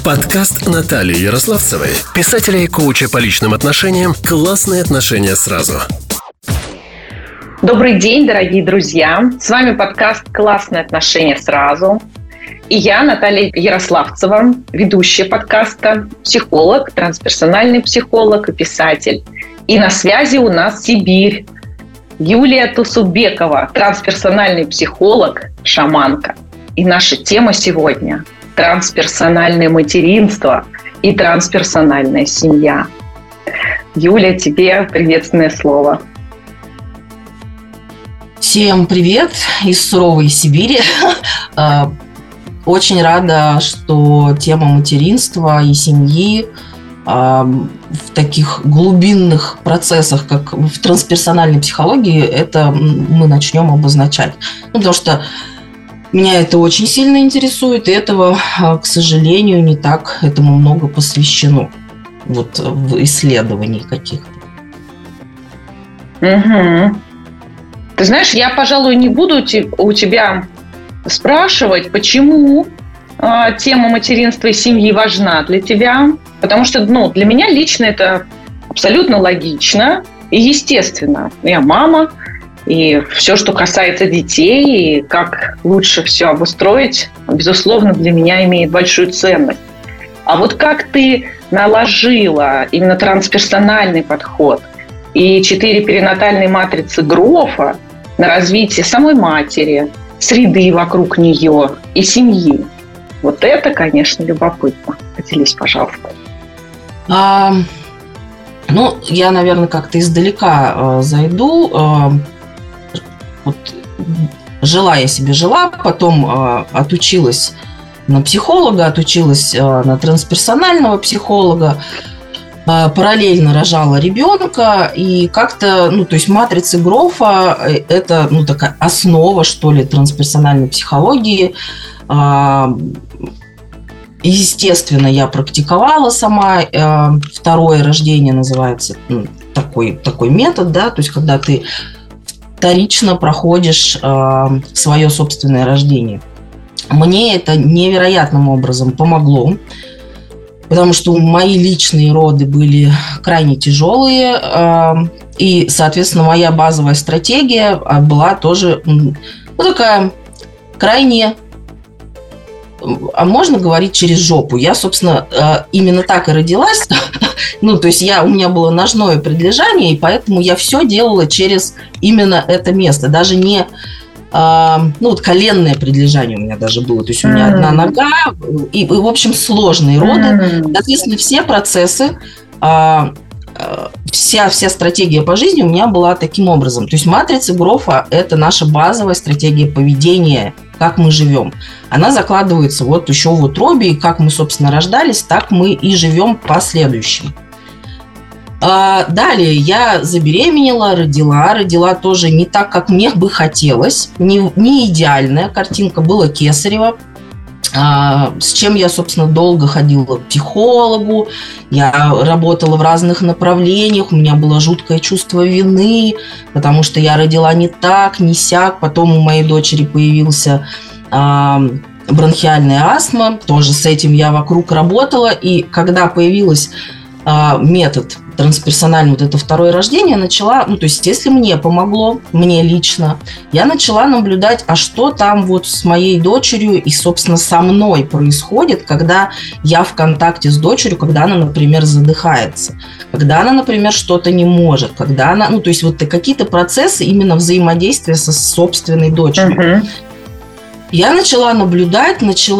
Подкаст Натальи Ярославцевой, писателя и коуча по личным отношениям «Классные отношения сразу». Добрый день, дорогие друзья! С вами подкаст «Классные отношения сразу». И я, Наталья Ярославцева, ведущая подкаста, психолог, трансперсональный психолог и писатель. И на связи у нас Сибирь. Юлия Тусубекова, трансперсональный психолог, шаманка. И наша тема сегодня – трансперсональное материнство и трансперсональная семья. Юля, тебе приветственное слово. Всем привет из суровой Сибири. Очень рада, что тема материнства и семьи в таких глубинных процессах, как в трансперсональной психологии, это мы начнем обозначать. Потому что меня это очень сильно интересует, и этого, к сожалению, не так этому много посвящено вот в исследовании каких-то. Угу. Ты знаешь, я, пожалуй, не буду у тебя спрашивать, почему тема материнства и семьи важна для тебя. Потому что, для меня лично это абсолютно логично и естественно. Я мама, и все, что касается детей, и как лучше все обустроить, безусловно, для меня имеет большую ценность. А вот как ты наложила именно трансперсональный подход и 4 перинатальные матрицы Грофа на развитие самой матери, среды вокруг нее и семьи. Вот это, конечно, любопытно. Поделись, пожалуйста. Я, наверное, как-то издалека зайду. Вот жила, потом отучилась на психолога, отучилась на трансперсонального психолога, параллельно рожала ребенка, и как-то, то есть матрицы Грофа – это, такая основа, что ли, трансперсональной психологии. Естественно, я практиковала сама. Второе рождение называется такой метод, да, то есть когда ты вторично проходишь свое собственное рождение. Мне это невероятным образом помогло, потому что мои личные роды были крайне тяжелые, и, соответственно, моя базовая стратегия была тоже такая крайне, а можно говорить, через жопу. Я, собственно, именно так и родилась. То есть у меня было ножное предлежание, и поэтому я все делала через именно это место. Даже не коленное предлежание у меня даже было. То есть у меня одна нога, и в общем, сложные роды. Соответственно, все процессы, вся стратегия по жизни у меня была таким образом. То есть матрица Грофа – это наша базовая стратегия поведения, как мы живем. Она закладывается еще в утробе, и как мы, собственно, рождались, так мы и живем в последующем. Далее я забеременела, родила тоже не так, как мне бы хотелось, не идеальная картинка, было кесарево, с чем я, собственно, долго ходила к психологу, я работала в разных направлениях, у меня было жуткое чувство вины, потому что я родила не так, не сяк, потом у моей дочери появился бронхиальная астма, тоже с этим я вокруг работала, и когда появилась метод трансперсональный, это второе рождение, начала, то есть если мне помогло, мне лично, я начала наблюдать, а что там с моей дочерью и, собственно, со мной происходит, когда я в контакте с дочерью, когда она, например, задыхается, когда она, например, что-то не может, когда она, то есть какие-то процессы именно взаимодействия со собственной дочерью. Я начала наблюдать,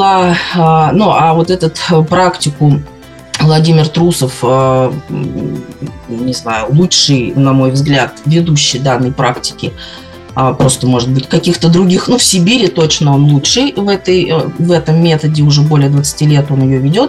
практику Владимир Трусов, не знаю, лучший, на мой взгляд, ведущий данной практики, просто, может быть, каких-то других, в Сибири точно он лучший в этом методе, уже более 20 лет он ее ведет.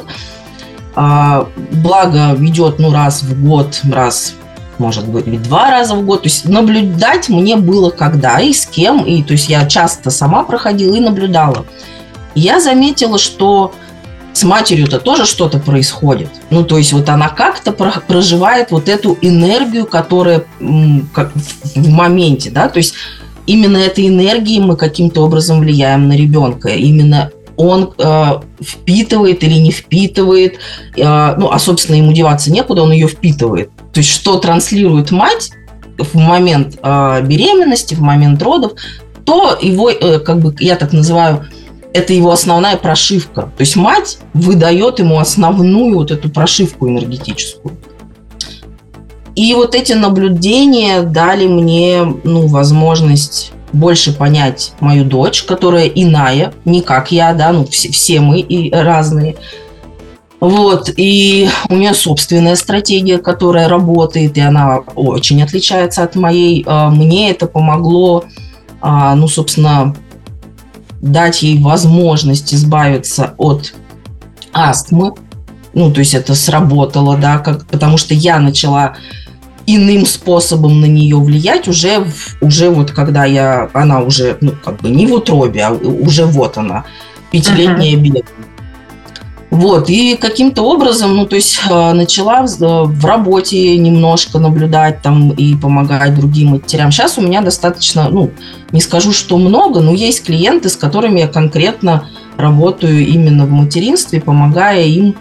Благо, ведет раз в год, может быть, 2 раза в год. То есть наблюдать мне было когда и с кем, и то есть я часто сама проходила и наблюдала. И я заметила, что с матерью-то тоже что-то происходит. То есть она как-то проживает эту энергию, которая как в моменте, да, то есть именно этой энергией мы каким-то образом влияем на ребенка. Именно он впитывает или не впитывает, собственно, ему деваться некуда, он ее впитывает. То есть, что транслирует мать в момент беременности, в момент родов, то его, я так называю, это его основная прошивка. То есть, мать выдает ему основную вот эту прошивку энергетическую. И вот эти наблюдения дали мне, возможность больше понять мою дочь, которая иная, не как я, да, все мы и разные. Вот, и у нее собственная стратегия, которая работает, и она очень отличается от моей. Мне это помогло, собственно, дать ей возможность избавиться от астмы. То есть это сработало, да, потому что я начала иным способом на нее влиять уже вот когда она уже, не в утробе, а уже вот она, 5-летняя беда. Вот, и каким-то образом, начала в работе немножко наблюдать там и помогать другим матерям. Сейчас у меня достаточно, не скажу, что много, но есть клиенты, с которыми я конкретно работаю именно в материнстве, помогая им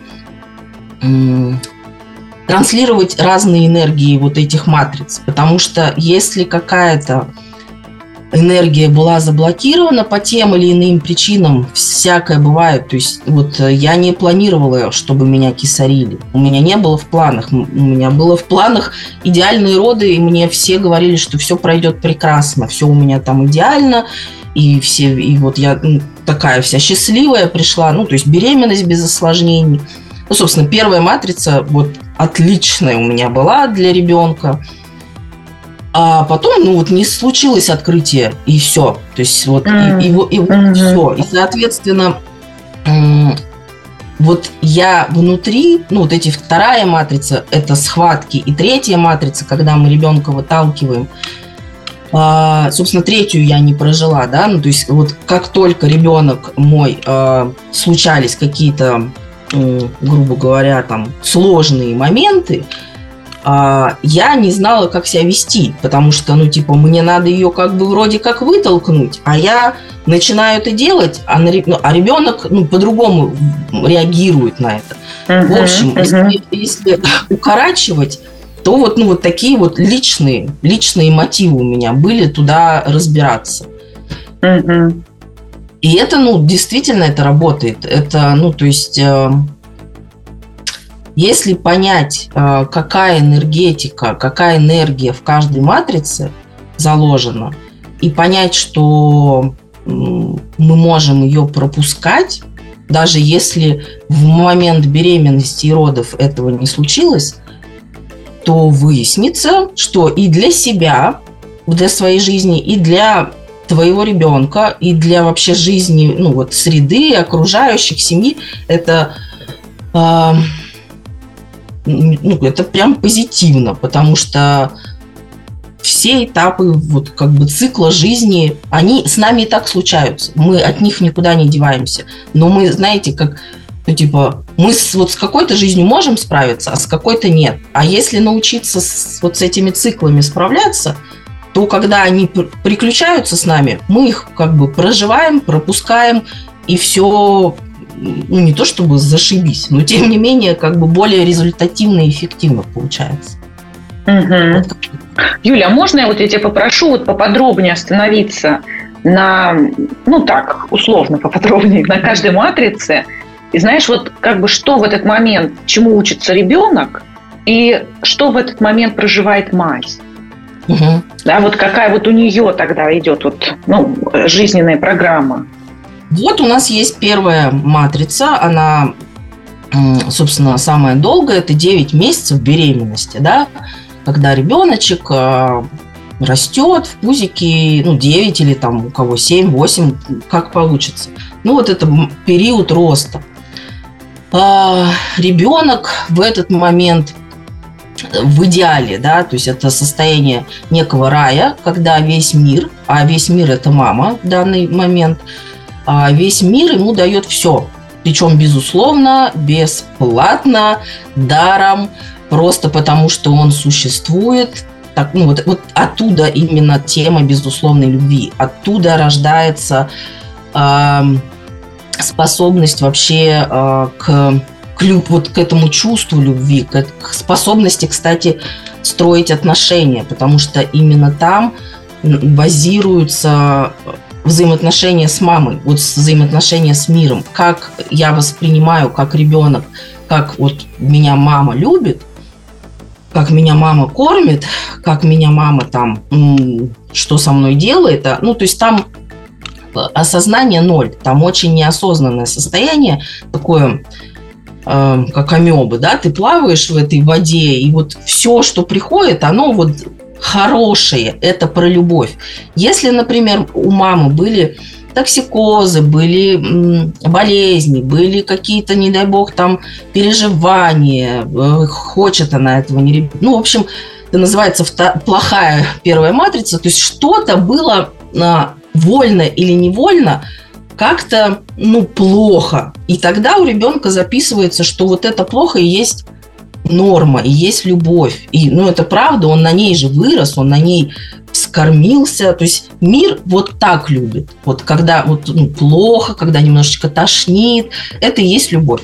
транслировать разные энергии вот этих матриц. Потому что если какая-то энергия была заблокирована по тем или иным причинам, всякое бывает. То есть я не планировала, чтобы меня кесарили. У меня не было в планах. У меня было в планах идеальные роды, и мне все говорили, что все пройдет прекрасно, все у меня там идеально, и вот я такая вся счастливая пришла, то есть беременность без осложнений. Собственно, первая матрица отличная у меня была для ребенка. А потом, не случилось открытие, и все. То есть все. И, соответственно, я внутри, эти вторая матрица, это схватки, и третья матрица, когда мы ребенка выталкиваем. Собственно, третью я не прожила, да, то есть как только ребенок мой, случались какие-то, грубо говоря, там сложные моменты, я не знала, как себя вести, потому что, мне надо ее вроде как вытолкнуть, а я начинаю это делать, а ребенок, по-другому реагирует на это. В общем, если укорачивать, то такие личные мотивы у меня были туда разбираться. И это, действительно, это работает. Это, если понять, какая энергетика, какая энергия в каждой матрице заложена, и понять, что мы можем ее пропускать, даже если в момент беременности и родов этого не случилось, то выяснится, что и для себя, для своей жизни, и для твоего ребенка, и для вообще жизни, среды, окружающих, семьи, это прям позитивно, потому что все этапы цикла жизни, они с нами и так случаются. Мы от них никуда не деваемся. Но мы, знаете, мы с какой-то жизнью можем справиться, а с какой-то нет. А если научиться с этими циклами справляться, то когда они приключаются с нами, мы их проживаем, пропускаем, и все, не то чтобы зашибись, но тем не менее более результативно и эффективно получается. Юля, можно я тебя попрошу поподробнее остановиться на, условно поподробнее, на каждой матрице, и знаешь, что в этот момент, чему учится ребенок, и что в этот момент проживает мать. Да, какая у нее тогда идет жизненная программа. У нас есть первая матрица, она, собственно, самая долгая, это 9 месяцев беременности, да, когда ребеночек растет в пузике, 9 или у кого 7, 8, как получится. Это период роста. Ребенок в этот момент в идеале, да, то есть это состояние некого рая, когда весь мир, а весь мир это мама в данный момент, весь мир ему дает все, причем безусловно, бесплатно, даром, просто потому что он существует. Оттуда именно тема безусловной любви, оттуда рождается способность вообще вот к этому чувству любви, к способности, кстати, строить отношения, потому что именно там базируются взаимоотношения с мамой, вот взаимоотношения с миром, как я воспринимаю как ребенок, как вот меня мама любит, как меня мама кормит, как меня мама там, что со мной делает. То есть там осознание ноль, там очень неосознанное состояние, такое, как амебы, да, ты плаваешь в этой воде, и вот все, что приходит, оно вот хорошее, это про любовь. Если, например, у мамы были токсикозы, были болезни, были какие-то, не дай бог, там переживания, хочет она этого не... в общем, это называется плохая первая матрица, то есть что-то было вольно или невольно как-то, плохо. И тогда у ребенка записывается, что вот это плохо и есть норма, и есть любовь. И, это правда, он на ней же вырос, он на ней вскормился. То есть мир вот так любит. Вот когда плохо, когда немножечко тошнит, это и есть любовь.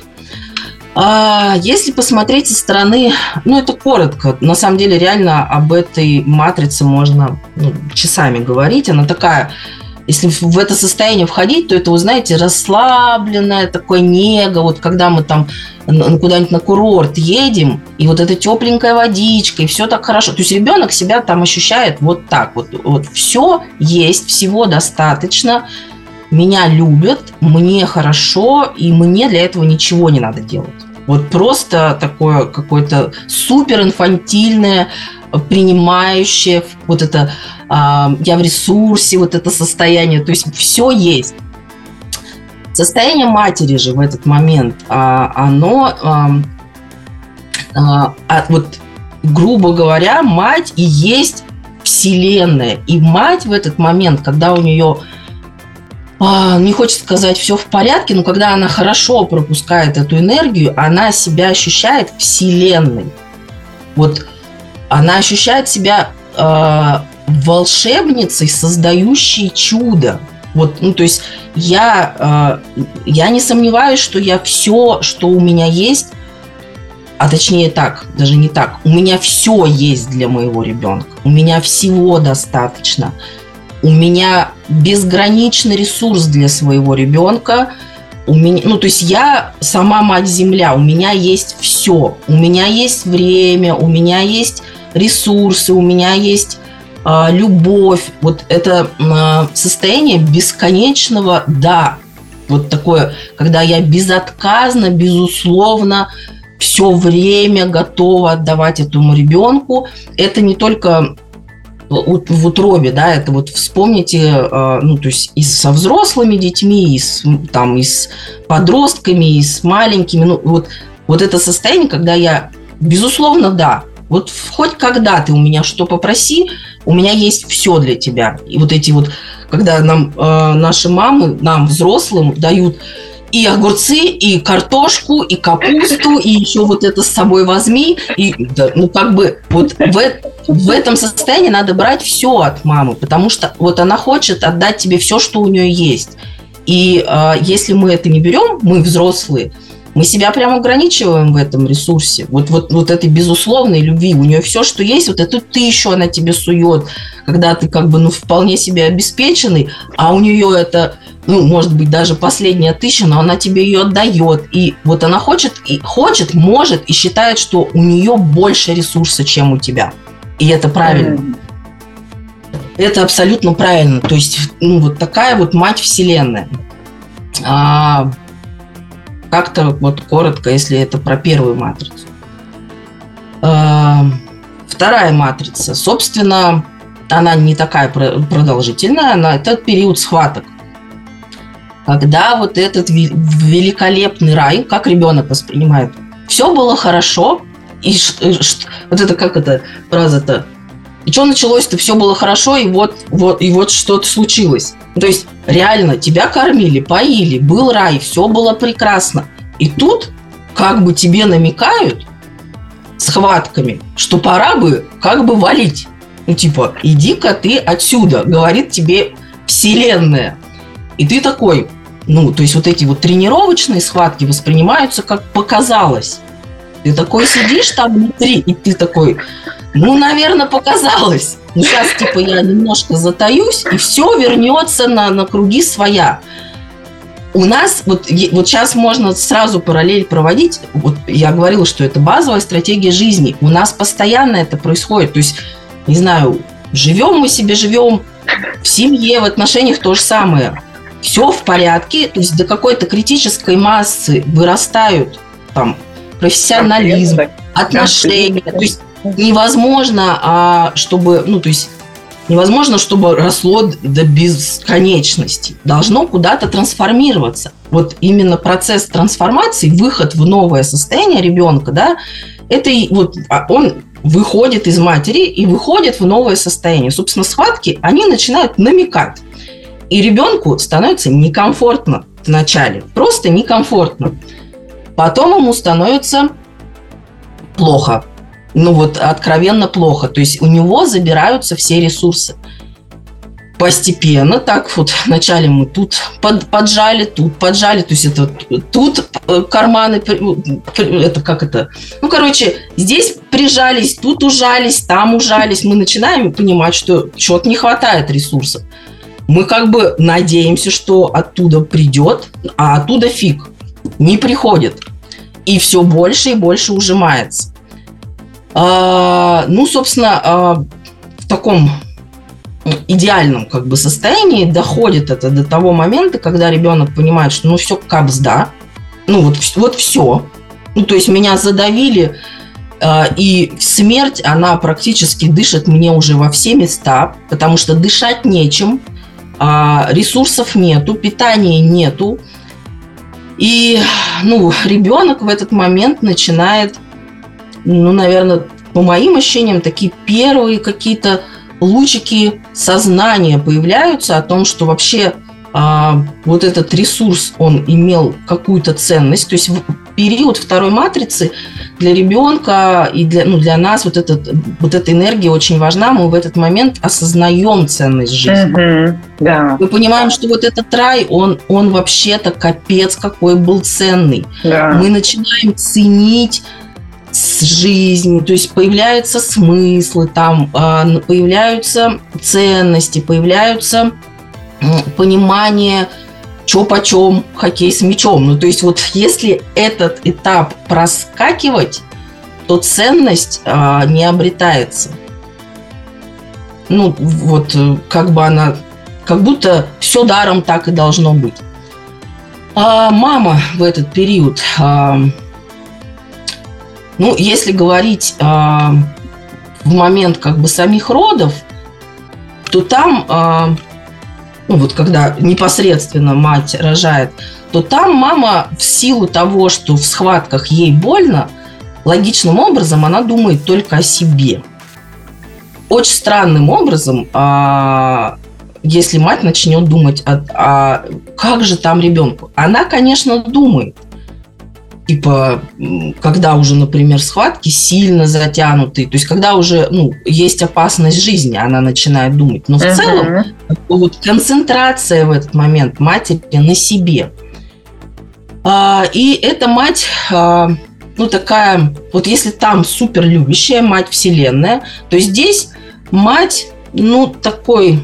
А если посмотреть со стороны, это коротко, на самом деле реально об этой матрице можно часами говорить. Она такая... Если в это состояние входить, то это, вы знаете, расслабленное такое нега. Вот когда мы там куда-нибудь на курорт едем, и вот эта тепленькая водичка, и все так хорошо. То есть ребенок себя там ощущает вот так. Вот все есть, всего достаточно. Меня любят, мне хорошо, и мне для этого ничего не надо делать. Вот просто такое какое-то супер инфантильное, принимающее вот это я в ресурсе, вот это состояние, то есть все есть. Состояние матери же в этот момент, оно, вот, грубо говоря, мать и есть Вселенная. И мать в этот момент, когда у нее, не хочется сказать все в порядке, но когда она хорошо пропускает эту энергию, она себя ощущает Вселенной. Вот она ощущает себя волшебницей, создающей чудо. Вот, то есть я не сомневаюсь, что я все, что у меня есть, а точнее так, даже не так, у меня все есть для моего ребенка, у меня всего достаточно, у меня безграничный ресурс для своего ребенка, у меня, то есть я сама мать-земля, у меня есть все, у меня есть время, у меня есть ресурсы, у меня есть любовь, вот это состояние бесконечного «да». Вот такое, когда я безотказно, безусловно, все время готова отдавать этому ребенку. Это не только в утробе, да, это вот вспомните, то есть и со взрослыми детьми, и с подростками, и с маленькими. Вот это состояние, когда я, безусловно, да. Вот хоть когда ты у меня что попроси, у меня есть все для тебя. И вот эти вот, когда нам наши мамы, нам, взрослым, дают и огурцы, и картошку, и капусту, и еще вот это с собой возьми. И, вот в этом состоянии надо брать все от мамы, потому что вот она хочет отдать тебе все, что у нее есть. И если мы это не берем, мы взрослые, мы себя прям ограничиваем в этом ресурсе. Вот этой безусловной любви. У нее все, что есть, вот эту тысячу она тебе сует, когда ты вполне себе обеспеченный, а у нее это, может быть, даже последняя 1000, но она тебе ее отдает. И вот она хочет, может, и считает, что у нее больше ресурса, чем у тебя. И это правильно. Это абсолютно правильно. То есть, вот такая вот мать Вселенная. Как-то вот коротко, если это про первую матрицу. Вторая матрица, собственно, она не такая продолжительная, это период схваток. Когда вот этот великолепный рай, как ребенок воспринимает, все было хорошо, и вот это как эта фраза-то, и что началось-то, все было хорошо, и вот что-то случилось. То есть реально тебя кормили, поили, был рай, все было прекрасно. И тут как бы тебе намекают схватками, что пора бы как бы валить. иди-ка ты отсюда, говорит тебе Вселенная. И ты такой, Ну, то есть вот эти вот тренировочные схватки воспринимаются как показалось. Ты такой сидишь там внутри, и ты такой, ну, наверное, показалось. Сейчас, типа, я немножко затаюсь, и все вернется на круги своя. У нас, вот сейчас можно сразу параллель проводить. Вот я говорила, что это базовая стратегия жизни. У нас постоянно это происходит. То есть, не знаю, живем мы себе, живем в семье, в отношениях то же самое. Все в порядке, то есть до какой-то критической массы вырастают там профессионализм, отношения. То есть невозможно, чтобы росло до бесконечности. Должно куда-то трансформироваться. Вот именно процесс трансформации, выход в новое состояние ребенка, да, это вот он выходит из матери и выходит в новое состояние. Собственно, схватки, они начинают намекать. И ребенку становится некомфортно вначале. Просто некомфортно. Потом ему становится плохо. Ну вот откровенно плохо. То есть у него забираются все ресурсы. Постепенно так вот вначале мы тут поджали, тут поджали. То есть это тут карманы, это как это? Ну, короче, здесь прижались, тут ужались, там ужались. Мы начинаем понимать, что что-то не хватает ресурсов. Мы как бы надеемся, что оттуда придет, а оттуда фиг. Не приходит. И все больше и больше ужимается. Ну, собственно, в таком идеальном как бы состоянии доходит это до того момента, когда ребенок понимает, что ну все капс, да. Ну, вот все. Ну, то есть меня задавили, и смерть, она практически дышит мне уже во все места, потому что дышать нечем. Ресурсов нету, питания нету. И, ребенок в этот момент начинает, наверное, по моим ощущениям, такие первые какие-то лучики сознания появляются о том, что вообще вот этот ресурс, он имел какую-то ценность. То есть в период второй матрицы для ребенка и для нас вот эта энергия очень важна. Мы в этот момент осознаем ценность жизни. Да. Мы понимаем, что вот этот рай, он вообще-то капец какой был ценный. Да. Мы начинаем ценить жизнь, то есть появляются смыслы, там появляются ценности, появляются понимание, чё почем, хоккей с мячом. Ну, то есть вот если этот этап проскакивать, то ценность не обретается. Ну, вот как бы она, как будто все даром так и должно быть. Мама в этот период, если говорить в момент как бы самих родов, то там, когда непосредственно мать рожает, то там мама в силу того, что в схватках ей больно, логичным образом она думает только о себе. Очень странным образом, если мать начнет думать, как же там ребенку, она, конечно, думает. Типа, когда уже, например, схватки сильно затянуты, то есть когда уже есть опасность жизни, она начинает думать. Но в целом вот концентрация в этот момент матери на себе. И эта мать, такая, вот если там суперлюбящая мать вселенная, то здесь мать, такой...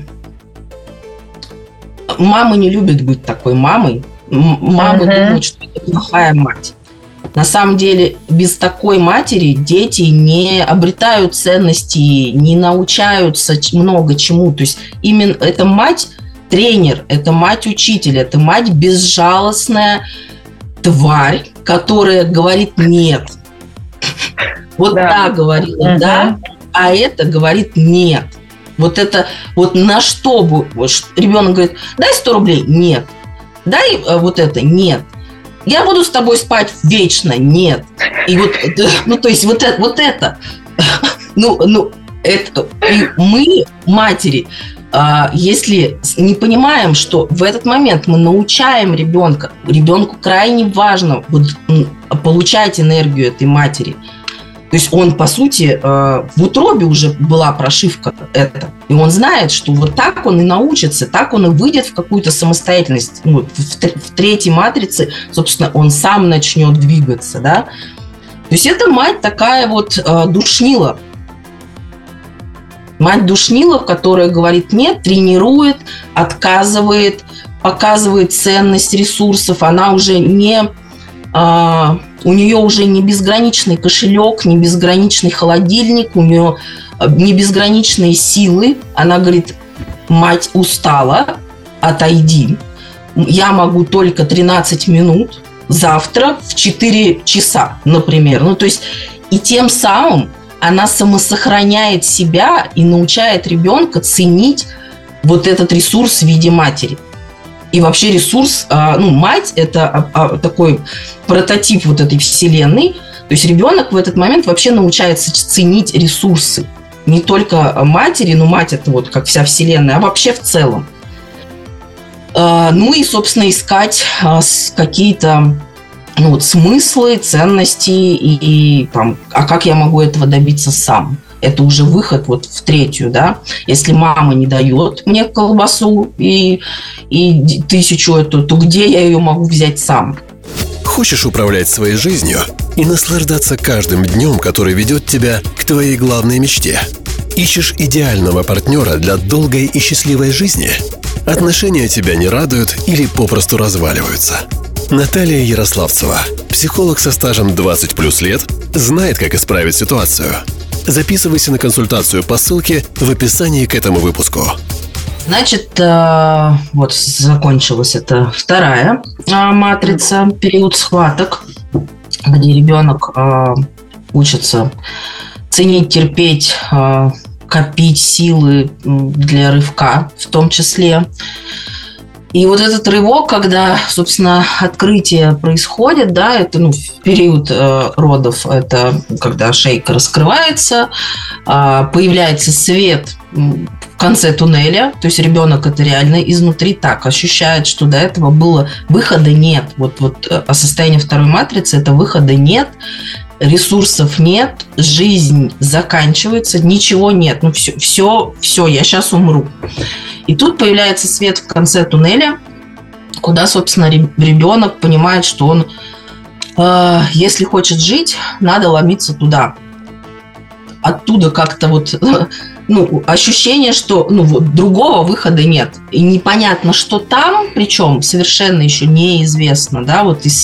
Мамы не любят быть такой мамой. Мамы думают, что это плохая мать. На самом деле, без такой матери дети не обретают ценности, не научаются много чему. То есть именно эта мать тренер, это мать учитель, это мать безжалостная тварь, которая говорит нет. Вот та говорила да, а это говорит нет. Вот это, вот на что бы ребенок говорит, дай 100 рублей, нет. Дай вот это, нет. Я буду с тобой спать вечно, нет. И вот, то есть вот это, это, и мы, матери, если не понимаем, что в этот момент мы научаем ребенка, ребенку крайне важно получать энергию этой матери, То есть он, по сути, в утробе уже была прошивка эта. И он знает, что вот так он и научится, так он и выйдет в какую-то самостоятельность. Ну, в третьей матрице, собственно, он сам начнет двигаться, да. То есть это мать такая вот душнила. Мать душнила, которая говорит нет, тренирует, отказывает, показывает ценность ресурсов. Она уже не... у нее уже не безграничный кошелек, не безграничный холодильник, у нее не безграничные силы. Она говорит, мать устала, отойди. Я могу только 13 минут завтра в 4 часа, например. Ну, то есть, и тем самым она самосохраняет себя и научает ребенка ценить вот этот ресурс в виде матери. И вообще ресурс, мать – это такой прототип вот этой вселенной. То есть ребенок в этот момент вообще научается ценить ресурсы. Не только матери, но мать – это вот как вся вселенная, а вообще в целом. Ну и, собственно, искать какие-то смыслы, ценности и там, а как я могу этого добиться сам? Это уже выход вот в третью, да. Если мама не дает мне колбасу и 1000 эту, то где я ее могу взять сам? Хочешь управлять своей жизнью и наслаждаться каждым днем, который ведет тебя к твоей главной мечте? Ищешь идеального партнера для долгой и счастливой жизни? Отношения тебя не радуют или попросту разваливаются? Наталья Ярославцева, психолог со стажем 20+ лет, знает, как исправить ситуацию. Записывайся на консультацию по ссылке в описании к этому выпуску. Значит, вот закончилась эта вторая матрица, период схваток, где ребенок учится ценить, терпеть, копить силы для рывка в том числе. И вот этот рывок, когда, собственно, открытие происходит, да, это в период родов, это когда шейка раскрывается, появляется свет в конце туннеля, то есть ребенок это реально изнутри так ощущает, что до этого было выхода нет. Вот состояние второй матрицы – это выхода нет, ресурсов нет, жизнь заканчивается, ничего нет, все, я сейчас умру. И тут появляется свет в конце туннеля, куда, собственно, ребенок понимает, что он, если хочет жить, надо ломиться туда. Оттуда как-то ощущение, что другого выхода нет. И непонятно, что там, причем совершенно еще неизвестно. Да?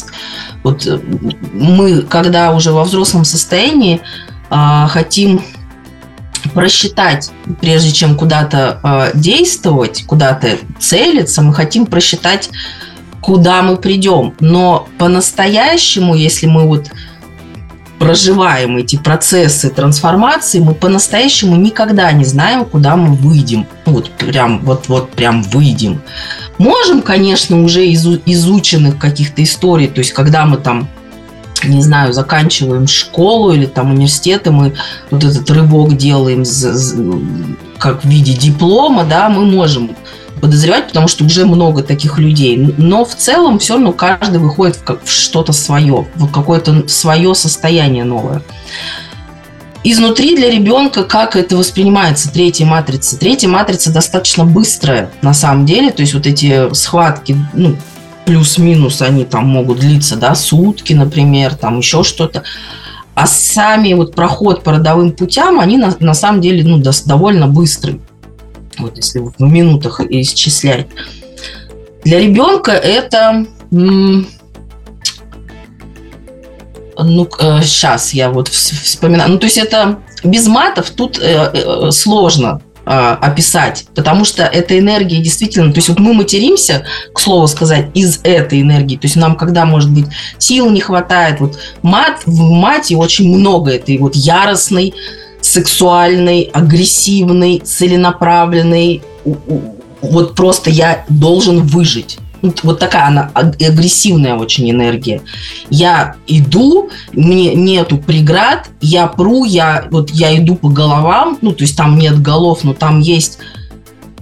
Мы, когда уже во взрослом состоянии, хотим просчитать, прежде чем куда-то действовать, куда-то целиться, мы хотим просчитать, куда мы придем. Но по-настоящему, если мы проживаем эти процессы трансформации, мы по-настоящему никогда не знаем, куда мы выйдем. Прям выйдем. Можем, конечно, уже из изученных каких-то историй, то есть когда мы там, не знаю, заканчиваем школу или там университеты, мы вот этот рывок делаем как в виде диплома, да, мы можем подозревать, потому что уже много таких людей. Но в целом все равно каждый выходит в что-то свое, в какое-то свое состояние новое. Изнутри для ребенка как это воспринимается третья матрица? Третья матрица достаточно быстрая на самом деле, то есть вот эти схватки, плюс-минус, они там могут длиться, да, сутки, например, там еще что-то. А сами проход по родовым путям, они на самом деле довольно быстрые. Вот если в минутах исчислять. Для ребенка это... сейчас я вспоминаю. То есть это без матов тут сложно описать, потому что эта энергия действительно... То есть мы материмся, к слову сказать, из этой энергии. То есть нам, когда, может быть, сил не хватает, в мате очень много этой яростной, сексуальной, агрессивной, целенаправленной. Просто я должен выжить. Вот такая она агрессивная очень энергия. Я иду, мне нету преград, я пру, я иду по головам, то есть там нет голов, но там есть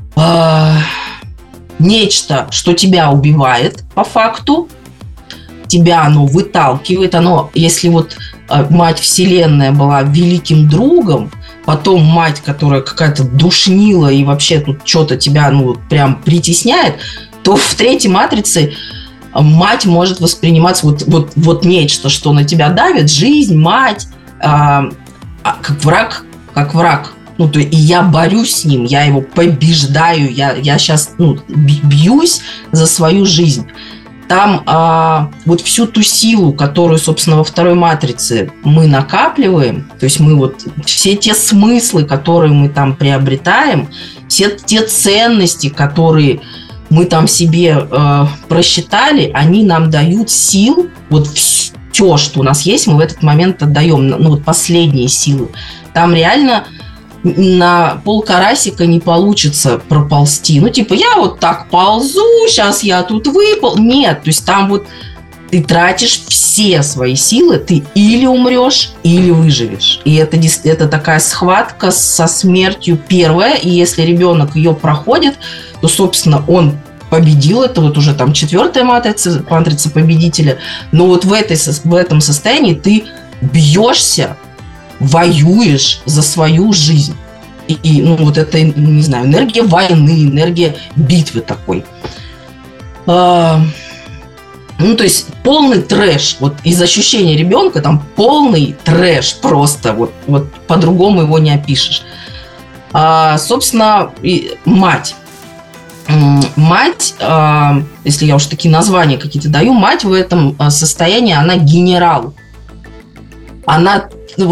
нечто, что тебя убивает по факту. тебя оно выталкивает, если вот мать Вселенная была великим другом, потом мать, которая какая-то душнила и вообще тут что-то тебя, прям притесняет, то в третьей матрице мать может восприниматься вот нечто, что на тебя давит, жизнь, мать, как враг. И я борюсь с ним, я его побеждаю, я сейчас бьюсь за свою жизнь. Там вот всю ту силу, которую, собственно, во второй матрице мы накапливаем, то есть мы вот все те смыслы, которые мы там приобретаем, все те ценности, которые мы там себе просчитали, они нам дают сил, вот все, что у нас есть, мы в этот момент отдаем, последние силы. Там реально на полкарасика не получится проползти. Я вот так ползу, сейчас я тут выпал. Нет, то есть там вот ты тратишь все свои силы, ты или умрешь, или выживешь. И это такая схватка со смертью первая, и если ребенок ее проходит, то, собственно, он победил, это вот уже там 4-я матрица победителя, но вот в этом состоянии ты бьешься, воюешь за свою жизнь. И это, не знаю, энергия войны, энергия битвы такой. То есть полный трэш. Вот из ощущения ребенка там полный трэш просто. Вот по-другому его не опишешь. Собственно, мать. Мать, если я уж такие названия какие-то даю, мать в этом состоянии, она генерал. Она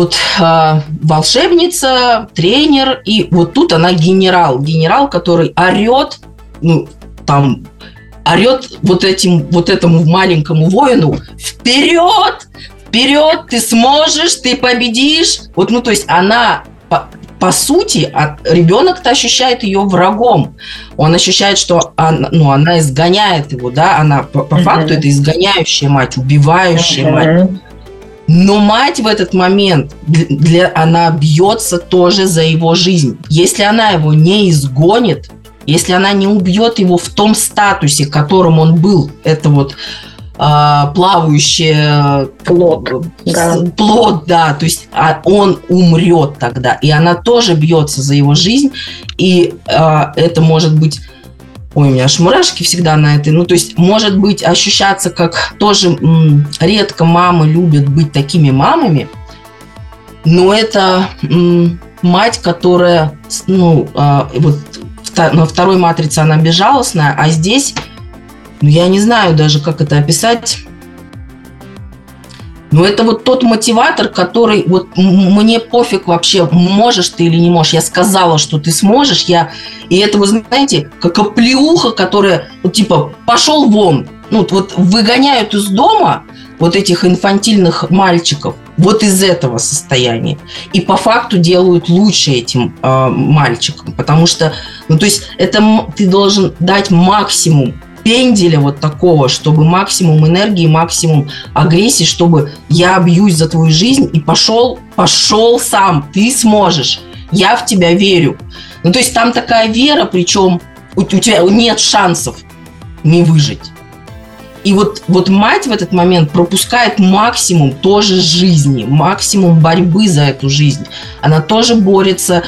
волшебница, тренер, и вот тут она генерал, который орет, орет этому маленькому воину: вперед, ты сможешь, ты победишь. То есть она, по сути, ребенок-то ощущает ее врагом. Он ощущает, что она изгоняет его, да, она по факту это изгоняющая мать, убивающая мать. Но мать в этот момент, она бьется тоже за его жизнь. Если она его не изгонит, если она не убьет его в том статусе, в котором он был, это плавающий плод, да, то есть он умрет тогда, и она тоже бьется за его жизнь, и это может быть... Ой, у меня аж мурашки всегда на этой. То есть, может быть, ощущаться как тоже редко мамы любят быть такими мамами, но это мать, которая, на второй матрице она безжалостная, а здесь, я не знаю даже, как это описать. Но это вот тот мотиватор, который мне пофиг вообще, можешь ты или не можешь. Я сказала, что ты сможешь. И это, вы знаете, как оплеуха, которая пошел вон. Выгоняют из дома вот этих инфантильных мальчиков вот из этого состояния. И по факту делают лучше этим мальчикам. Потому что, то есть это ты должен дать максимум пенделя вот такого, чтобы максимум энергии, максимум агрессии, чтобы я бьюсь за твою жизнь, и пошел сам, ты сможешь, я в тебя верю. То есть там такая вера, причем у тебя нет шансов не выжить. И вот мать в этот момент пропускает максимум тоже жизни, максимум борьбы за эту жизнь. Она тоже борется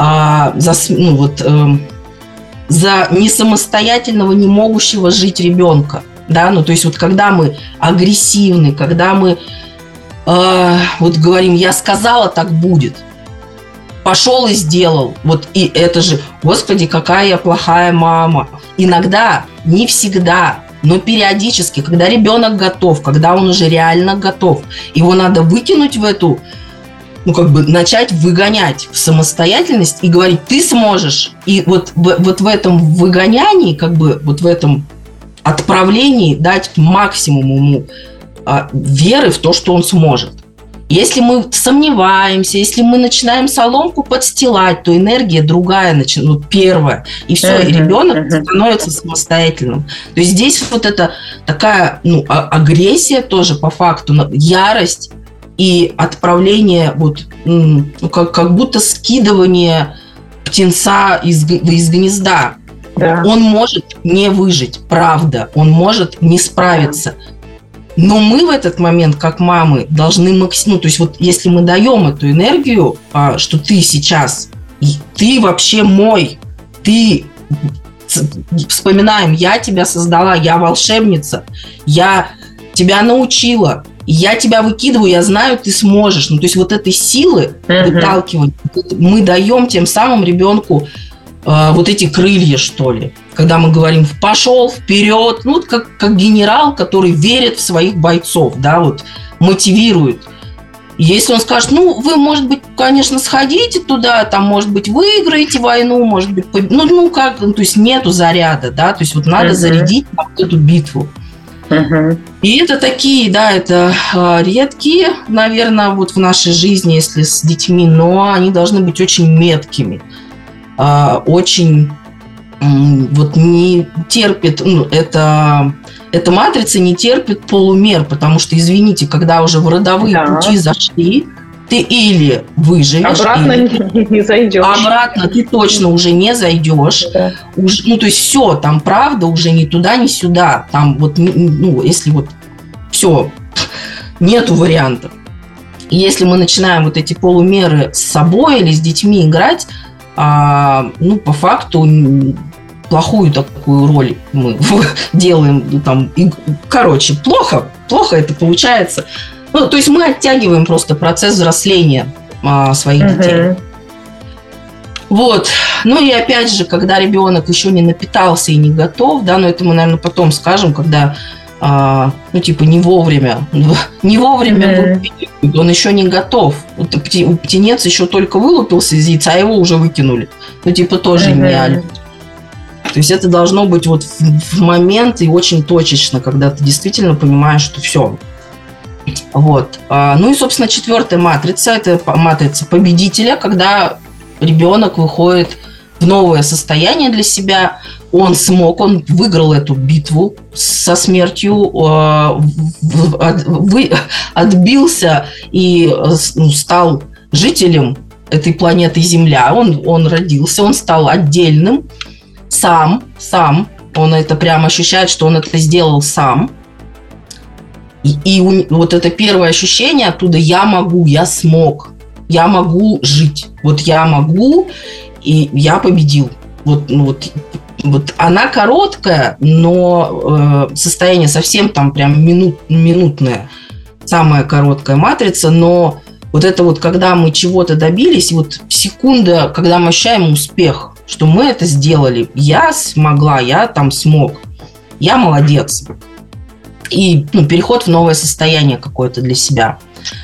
за несамостоятельного, не могущего жить ребенка. Да? То есть когда мы агрессивны, когда мы говорим: я сказала, так будет, пошел и сделал. И это же, Господи, какая я плохая мама. Иногда, не всегда, но периодически, когда ребенок готов, когда он уже реально готов, его надо выкинуть в эту, начать выгонять в самостоятельность и говорить: ты сможешь. И вот в этом выгонянии, в этом отправлении дать максимум ему веры в то, что он сможет. Если мы сомневаемся, если мы начинаем соломку подстилать, то энергия другая, первая. И все, и ребенок становится самостоятельным. То есть здесь это такая агрессия тоже по факту, ярость и отправление, как будто скидывание птенца из гнезда. Да. Он может не выжить, правда, он может не справиться. Но мы в этот момент, как мамы, должны максимум... То есть вот если мы даем эту энергию, что ты сейчас, ты вообще мой, ты... Вспоминаем, я тебя создала, я волшебница, я тебя научила, я тебя выкидываю, я знаю, ты сможешь. Ну, то есть вот этой силы выталкивания мы даем тем самым ребенку вот эти крылья, что ли. Когда мы говорим «пошел вперед», ну, как генерал, который верит в своих бойцов, да, вот, мотивирует. Если он скажет, ну, вы, может быть, конечно, сходите туда, там, может быть, выиграете войну, может быть, то есть нету заряда, да, то есть вот надо зарядить вот эту битву. И это такие, да, это редкие, наверное, вот в нашей жизни, если с детьми, но они должны быть очень меткими, очень вот не терпит, эта матрица не терпит полумер, потому что, извините, когда уже в родовые пути зашли, ты или выживешь, обратно не зайдешь. Обратно ты точно уже не зайдешь. Да. То есть все, там правда уже ни туда, ни сюда. Там вот, если вот все, нету вариантов. И если мы начинаем вот эти полумеры с собой или с детьми играть, по факту плохую такую роль мы делаем. Плохо это получается. То есть мы оттягиваем просто процесс взросления своих детей. Вот. Ну и опять же, когда ребенок еще не напитался и не готов, да, но это мы, наверное, потом скажем, когда, не вовремя он еще не готов. Вот птенец еще только вылупился из яйца, а его уже выкинули. Тоже не. То есть это должно быть вот в момент и очень точечно, когда ты действительно понимаешь, что все. Вот. Ну и, собственно, четвертая матрица – это матрица победителя, когда ребенок выходит в новое состояние для себя. Он выиграл эту битву со смертью, отбился и стал жителем этой планеты Земля. Он родился, он стал отдельным сам. Он это прямо ощущает, что он это сделал сам. И вот это первое ощущение оттуда: я могу, я смог, я могу жить. Вот я могу, и я победил. Вот она короткая, но состояние совсем там прям минутное. Самая короткая матрица, но вот это вот, когда мы чего-то добились, вот секунда, когда мы ощущаем успех, что мы это сделали, я смогла, я там смог, я молодец. И переход в новое состояние какое-то для себя.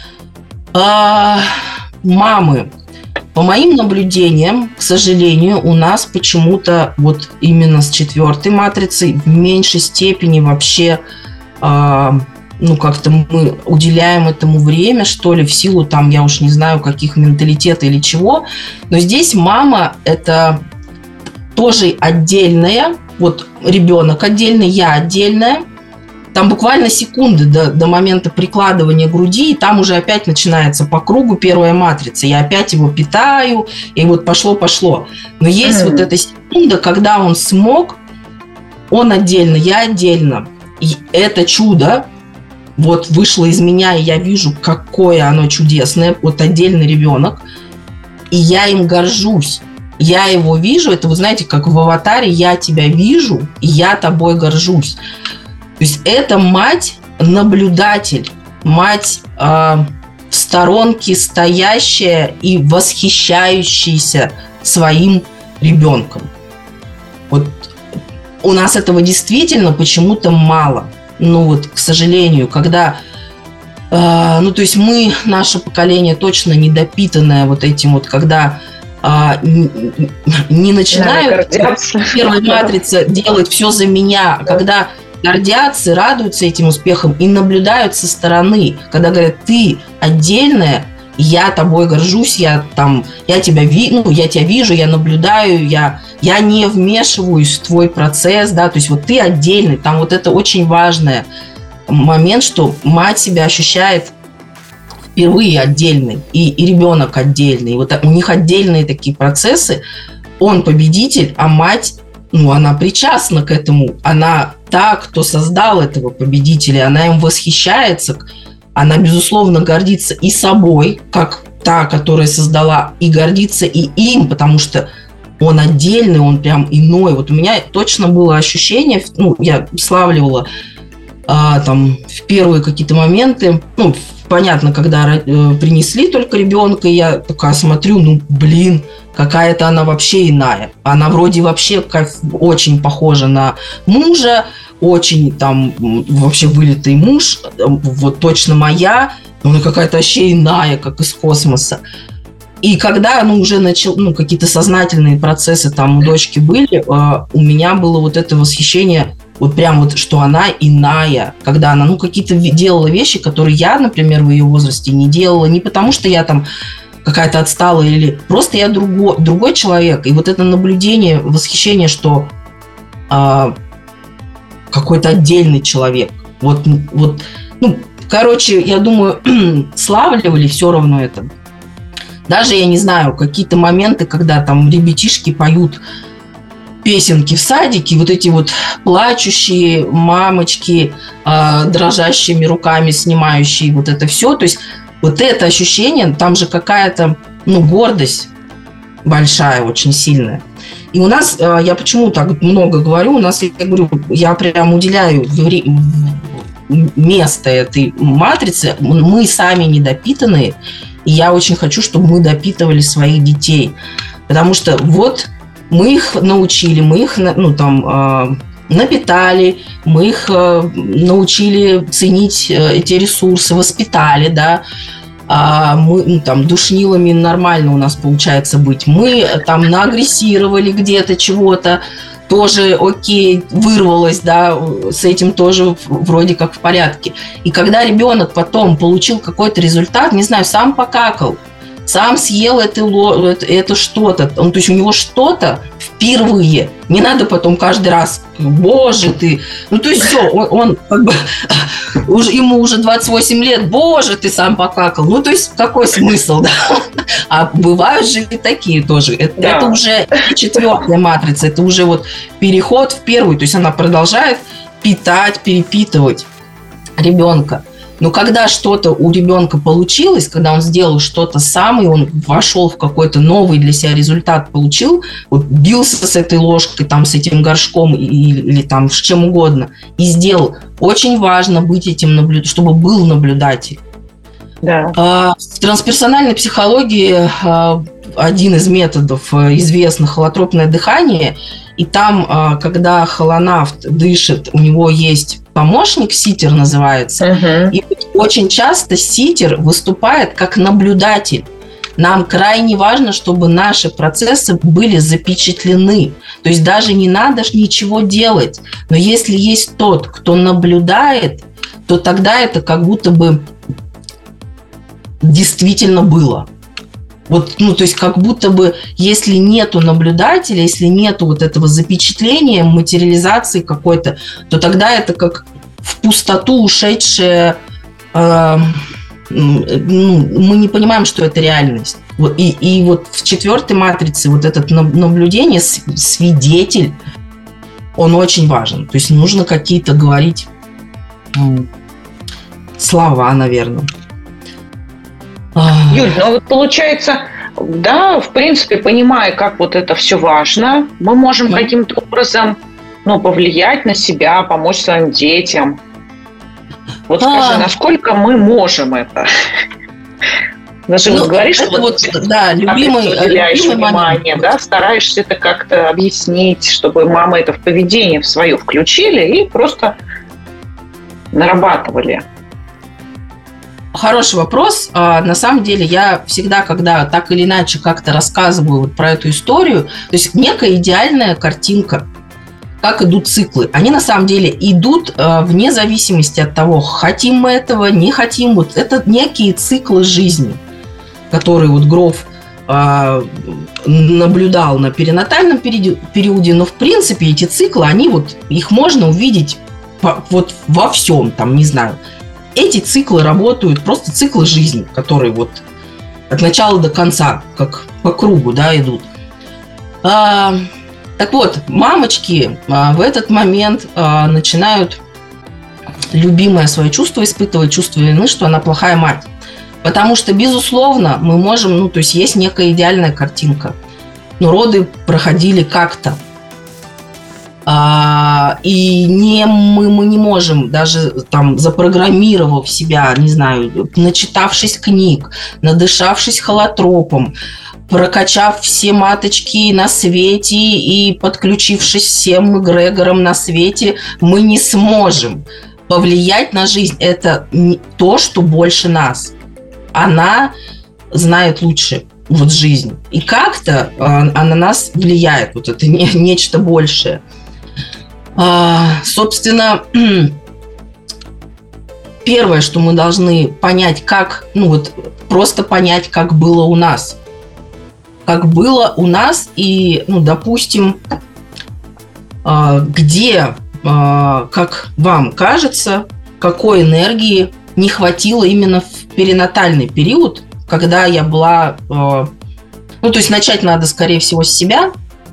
Мамы. По моим наблюдениям, к сожалению, у нас почему-то вот именно с четвертой матрицей в меньшей степени вообще как-то мы уделяем этому время, что ли, в силу там, я уж не знаю, каких менталитета или чего. Но здесь мама – это тоже отдельная. Вот ребенок отдельный, я отдельная. Там буквально секунды до момента прикладывания груди, и там уже опять начинается по кругу первая матрица. Я опять его питаю, и вот пошло. Но есть вот эта секунда, когда он смог, он отдельно, я отдельно. И это чудо вот вышло из меня, и я вижу, какое оно чудесное. Вот отдельный ребенок, и я им горжусь. Я его вижу, это вы знаете, как в «Аватаре», я тебя вижу, и я тобой горжусь. То есть это мать-наблюдатель, мать в сторонке стоящая и восхищающаяся своим ребенком. Вот у нас этого действительно почему-то мало. К сожалению, когда... то есть наше поколение точно недопитанное вот этим вот, когда не начинают первой матрице делать все за меня, когда гордятся, радуются этим успехом и наблюдают со стороны, когда говорят: ты отдельная, я тобой горжусь, я тебя вижу, я наблюдаю, я не вмешиваюсь в твой процесс, да, то есть вот ты отдельный, там вот это очень важный момент, что мать себя ощущает впервые отдельной, и ребенок отдельный, вот у них отдельные такие процессы, он победитель, а мать, она причастна к этому, она та, кто создал этого победителя, она им восхищается, она, безусловно, гордится и собой, как та, которая создала, и гордится и им, потому что он отдельный, он прям иной. Вот у меня точно было ощущение, я славливала там в первые какие-то моменты, понятно, когда принесли только ребенка, я такая смотрю, какая-то она вообще иная. Она вроде вообще очень похожа на мужа, очень там вообще вылитый муж, вот точно моя, но она какая-то вообще иная, как из космоса. И когда уже начал, какие-то сознательные процессы там у дочки были, у меня было вот это восхищение, вот прям вот, что она иная, когда она, какие-то делала вещи, которые я, например, в ее возрасте не делала, не потому что я там какая-то отсталая, или просто я другой человек. И вот это наблюдение, восхищение, что какой-то отдельный человек. Я думаю, славливали все равно это. Даже, я не знаю, какие-то моменты, когда там ребятишки поют песенки в садике, вот эти вот плачущие мамочки, дрожащими руками снимающие вот это все. То есть вот это ощущение, там же какая-то, гордость большая, очень сильная. И у нас, я почему так много говорю, у нас, я прям уделяю место этой матрице, мы сами недопитанные, и я очень хочу, чтобы мы допитывали своих детей. Потому что вот мы их научили, мы их напитали, мы их научили ценить эти ресурсы, воспитали, да. Мы душнилами нормально у нас получается быть. Мы там наагрессировали где-то чего-то, тоже окей, вырвалось, да, с этим тоже вроде как в порядке. И когда ребенок потом получил какой-то результат, не знаю, сам покакал, сам съел это что-то, то есть у него что-то впервые. Не надо потом каждый раз, боже ты, то есть все, он как бы, ему уже 28 лет, боже ты сам покакал, то есть какой смысл, да? А бывают же и такие тоже. Это уже 4-я матрица, это уже вот переход в первую, то есть она продолжает питать, перепитывать ребенка. Но когда что-то у ребенка получилось, когда он сделал что-то сам, и он вошел в какой-то новый для себя результат, получил, вот бился с этой ложкой, там, с этим горшком или там с чем угодно, и сделал. Очень важно быть этим чтобы был наблюдатель. Да. В трансперсональной психологии один из методов известно холотропное дыхание, и там, когда холонавт дышит, у него есть помощник, ситер называется, и очень часто ситер выступает как наблюдатель. Нам крайне важно, чтобы наши процессы были запечатлены. То есть даже не надо ничего делать. Но если есть тот, кто наблюдает, то тогда это как будто бы действительно было. Вот, то есть как будто бы, если нету наблюдателя, если нету вот этого запечатления, материализации какой-то, то тогда это как в пустоту ушедшее, мы не понимаем, что это реальность. И вот в 4-й матрице вот это наблюдение, свидетель, он очень важен. То есть нужно какие-то говорить слова, наверное. Юль, вот получается, да, в принципе, понимая, как вот это все важно, мы можем каким-то образом, повлиять на себя, помочь своим детям. Вот скажи, насколько мы можем это? Даже вот говоришь, что любимый внимание, да, стараешься это как-то объяснить, чтобы мамы это в поведение в свое включили и просто нарабатывали. Хороший вопрос. На самом деле я всегда, когда так или иначе как-то рассказываю вот про эту историю, то есть некая идеальная картинка, как идут циклы. Они на самом деле идут вне зависимости от того, хотим мы этого, не хотим. Вот это некие циклы жизни, которые вот Гроф наблюдал на перинатальном периоде, но в принципе эти циклы, их можно увидеть вот во всем, там, не знаю. Эти циклы работают, просто циклы жизни, которые вот от начала до конца, как по кругу, да, идут. Так вот, мамочки в этот момент начинают любимое свое чувство испытывать, чувство вины, что она плохая мать. Потому что, безусловно, мы можем, то есть есть некая идеальная картинка. Но роды проходили как-то. И мы не можем, даже там запрограммировав себя, не знаю, начитавшись книг, надышавшись холотропом, прокачав все маточки на свете и подключившись всем эгрегорам на свете, мы не сможем повлиять на жизнь. Это то, что больше нас. Она знает лучше жизнь. И как-то она на нас влияет. Вот это нечто большее. Собственно, первое, что мы должны понять, как, просто понять, как было у нас. Как было у нас и, допустим, где, как вам кажется, какой энергии не хватило именно в перинатальный период, когда я была... то есть начать надо, скорее всего, с себя,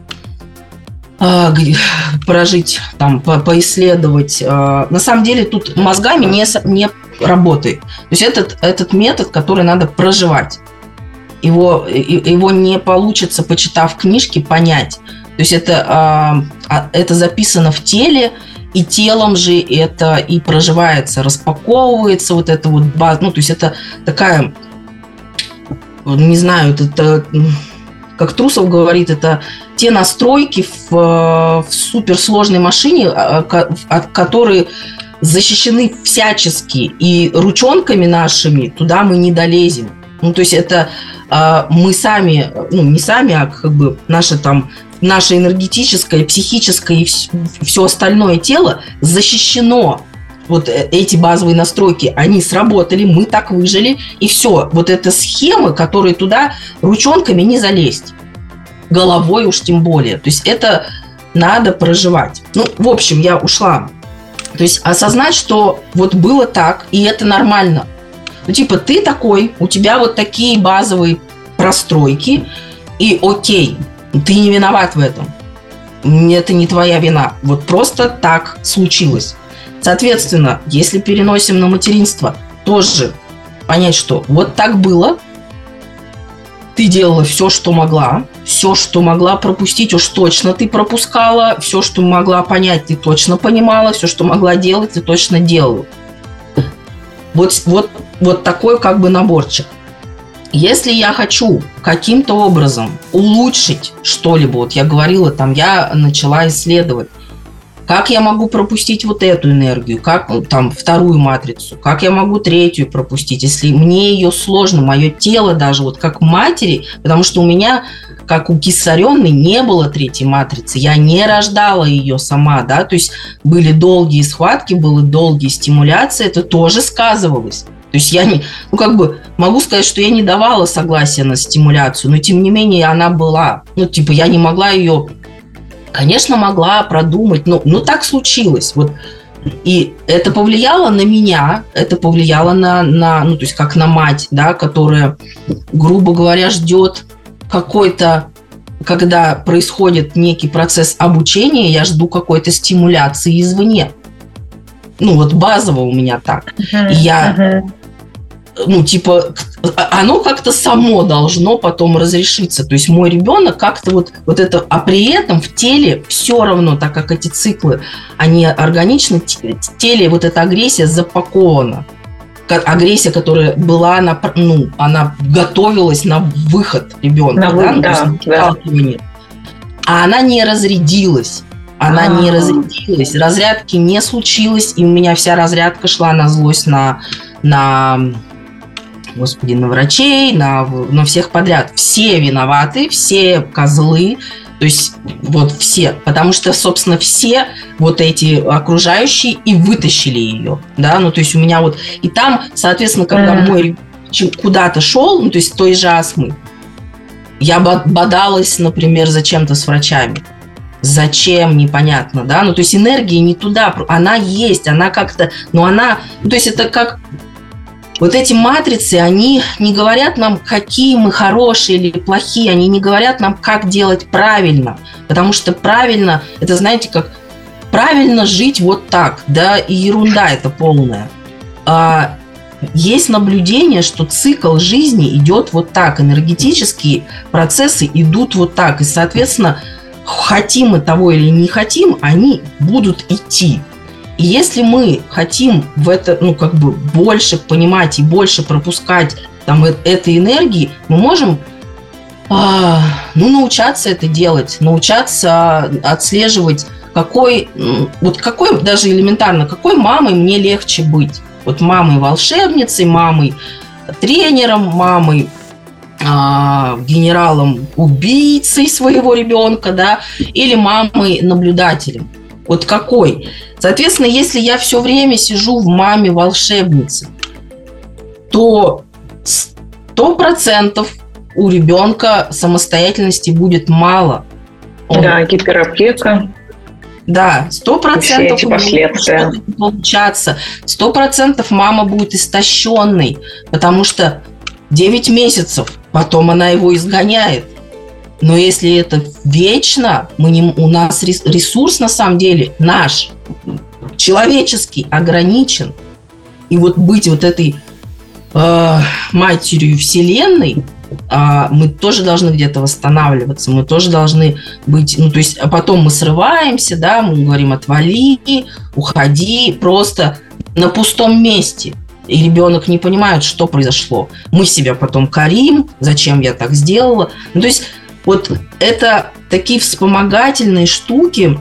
прожить, там, поисследовать. На самом деле тут мозгами не работает. То есть этот метод, который надо проживать. Его не получится, почитав книжки, понять. То есть это записано в теле, и телом же это и проживается, распаковывается вот это вот база. То есть это такая, не знаю, это... Как Трусов говорит, это те настройки в суперсложной машине, которые защищены всячески, и ручонками нашими туда мы не долезем. То есть это мы сами, не сами, а как бы наше энергетическое, психическое и все остальное тело защищено. Вот эти базовые настройки, они сработали, мы так выжили, и все. Вот это схемы, которые туда ручонками не залезть. Головой уж тем более. То есть это надо проживать. В общем, я ушла. То есть осознать, что вот было так, и это нормально. Ты такой, у тебя вот такие базовые простройки, и окей, ты не виноват в этом. Это не твоя вина. Вот просто так случилось. Соответственно, если переносим на материнство, тоже понять, что вот так было, ты делала все, что могла пропустить, уж точно ты пропускала, все, что могла понять, ты точно понимала, все, что могла делать, ты точно делала. Вот такой как бы наборчик. Если я хочу каким-то образом улучшить что-либо, вот я говорила, я начала исследовать, как я могу пропустить вот эту энергию, как вторую матрицу, как я могу третью пропустить, если мне ее сложно, мое тело даже вот как матери, потому что у меня, как у Киссаренной, не было третьей матрицы, я не рождала ее сама, да, то есть были долгие схватки, были долгие стимуляции, это тоже сказывалось. То есть я могу сказать, что я не давала согласия на стимуляцию, но тем не менее она была, я не могла ее... Конечно, могла продумать, но так случилось. И это повлияло на меня, это повлияло то есть как на мать, да, которая, грубо говоря, ждет какой-то, когда происходит некий процесс обучения, я жду какой-то стимуляции извне. Базово у меня так. И я... оно как-то само должно потом разрешиться. То есть мой ребенок как-то вот это, а при этом в теле все равно, так как эти циклы, они органичны, в теле вот эта агрессия запакована. Агрессия, которая была, она готовилась на выход ребенка. А она не разрядилась. Разрядки не случилось, и у меня вся разрядка шла на злость на врачей, на всех подряд. Все виноваты, все козлы, то есть вот все, потому что, собственно, все вот эти окружающие и вытащили ее, да, то есть у меня и там, соответственно, когда мой куда-то шел, то есть той же астмы, я бодалась, например, зачем-то с врачами. Зачем, непонятно, да, то есть энергия не туда, она есть, она как-то, то есть это как Вот эти матрицы, они не говорят нам, какие мы хорошие или плохие, они не говорят нам, как делать правильно, потому что правильно, это, знаете, как правильно жить вот так, да, и ерунда это полная. Есть наблюдение, что цикл жизни идет вот так, энергетические процессы идут вот так, и, соответственно, хотим мы того или не хотим, они будут идти. И если мы хотим в это, больше понимать и больше пропускать там этой энергии, мы можем научаться это делать, научаться отслеживать, какой даже элементарно, какой мамой мне легче быть. Вот мамой-волшебницей, мамой-тренером, мамой генералом-убийцей своего ребенка, да, или мамой-наблюдателем. Вот какой? Соответственно, если я все время сижу в маме-волшебнице, то 100% у ребенка самостоятельности будет мало. Да, гиперопека. Да, 100% все эти последствия. Получаться. 100% мама будет истощенной, потому что 9 месяцев, потом она его изгоняет. Но если это вечно, у нас ресурс на самом деле наш, человеческий, ограничен. И вот быть вот этой матерью Вселенной, мы тоже должны где-то восстанавливаться, мы тоже должны быть, а потом мы срываемся, да, мы говорим: отвали, уходи, просто на пустом месте. И ребенок не понимает, что произошло. Мы себя потом корим, зачем я так сделала. То есть вот это такие вспомогательные штуки,